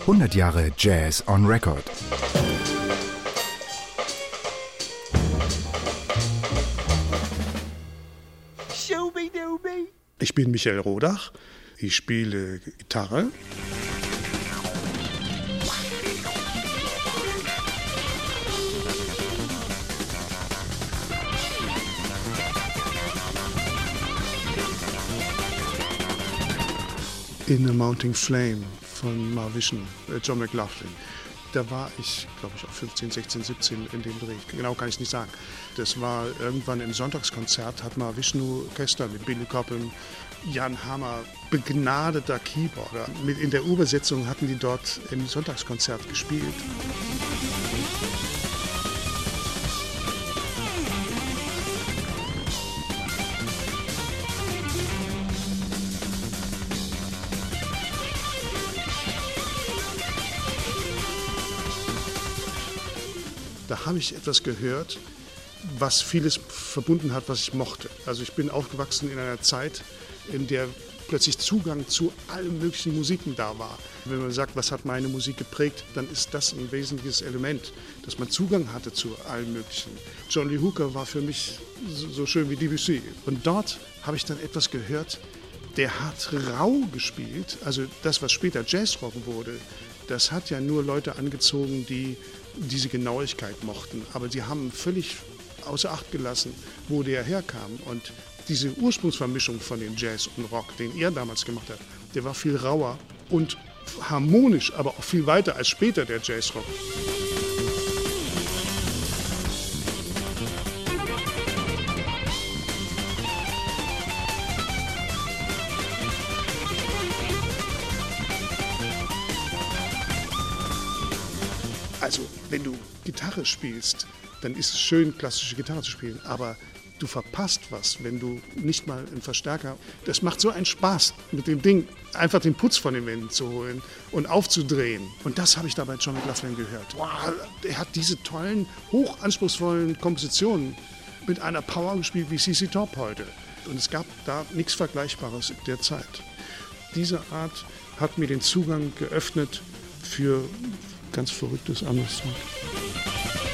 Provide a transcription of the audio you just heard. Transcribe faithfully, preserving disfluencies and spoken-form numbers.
hundert Jahre Jazz on Record. Ich bin Michael Rodach, ich spiele Gitarre. In a Mounting Flame von Mahavishnu, John McLaughlin. Da war ich, glaube ich, auch fünfzehn, sechzehn, siebzehn in dem Dreh. Genau kann ich nicht sagen. Das war irgendwann im Sonntagskonzert, hat Mahavishnu Orchester mit Billy Cobham, Jan Hammer, begnadeter Keyboarder. Mit in der Übersetzung hatten die dort im Sonntagskonzert gespielt. Da habe ich etwas gehört, was vieles verbunden hat, was ich mochte. Also ich bin aufgewachsen in einer Zeit, in der plötzlich Zugang zu allen möglichen Musiken da war. Wenn man sagt, was hat meine Musik geprägt, dann ist das ein wesentliches Element, dass man Zugang hatte zu allen möglichen. John Lee Hooker war für mich so schön wie Debussy. Und dort habe ich dann etwas gehört, der hat rau gespielt. Also das, was später Jazzrock wurde, das hat ja nur Leute angezogen, die diese Genauigkeit mochten. Aber sie haben völlig außer Acht gelassen, wo der herkam. Und diese Ursprungsvermischung von dem Jazz und Rock, den er damals gemacht hat, der war viel rauer und harmonisch, aber auch viel weiter als später der Jazzrock. Also, wenn du Gitarre spielst, dann ist es schön, klassische Gitarre zu spielen, aber du verpasst was, wenn du nicht mal einen Verstärker... Das macht so einen Spaß, mit dem Ding einfach den Putz von den Wänden zu holen und aufzudrehen. Und das habe ich da bei John McLaughlin gehört. Wow, er hat diese tollen, hochanspruchsvollen Kompositionen mit einer Power gespielt wie C C Top heute. Und es gab da nichts Vergleichbares in der Zeit. Diese Art hat mir den Zugang geöffnet für ganz verrücktes anderes Zeug.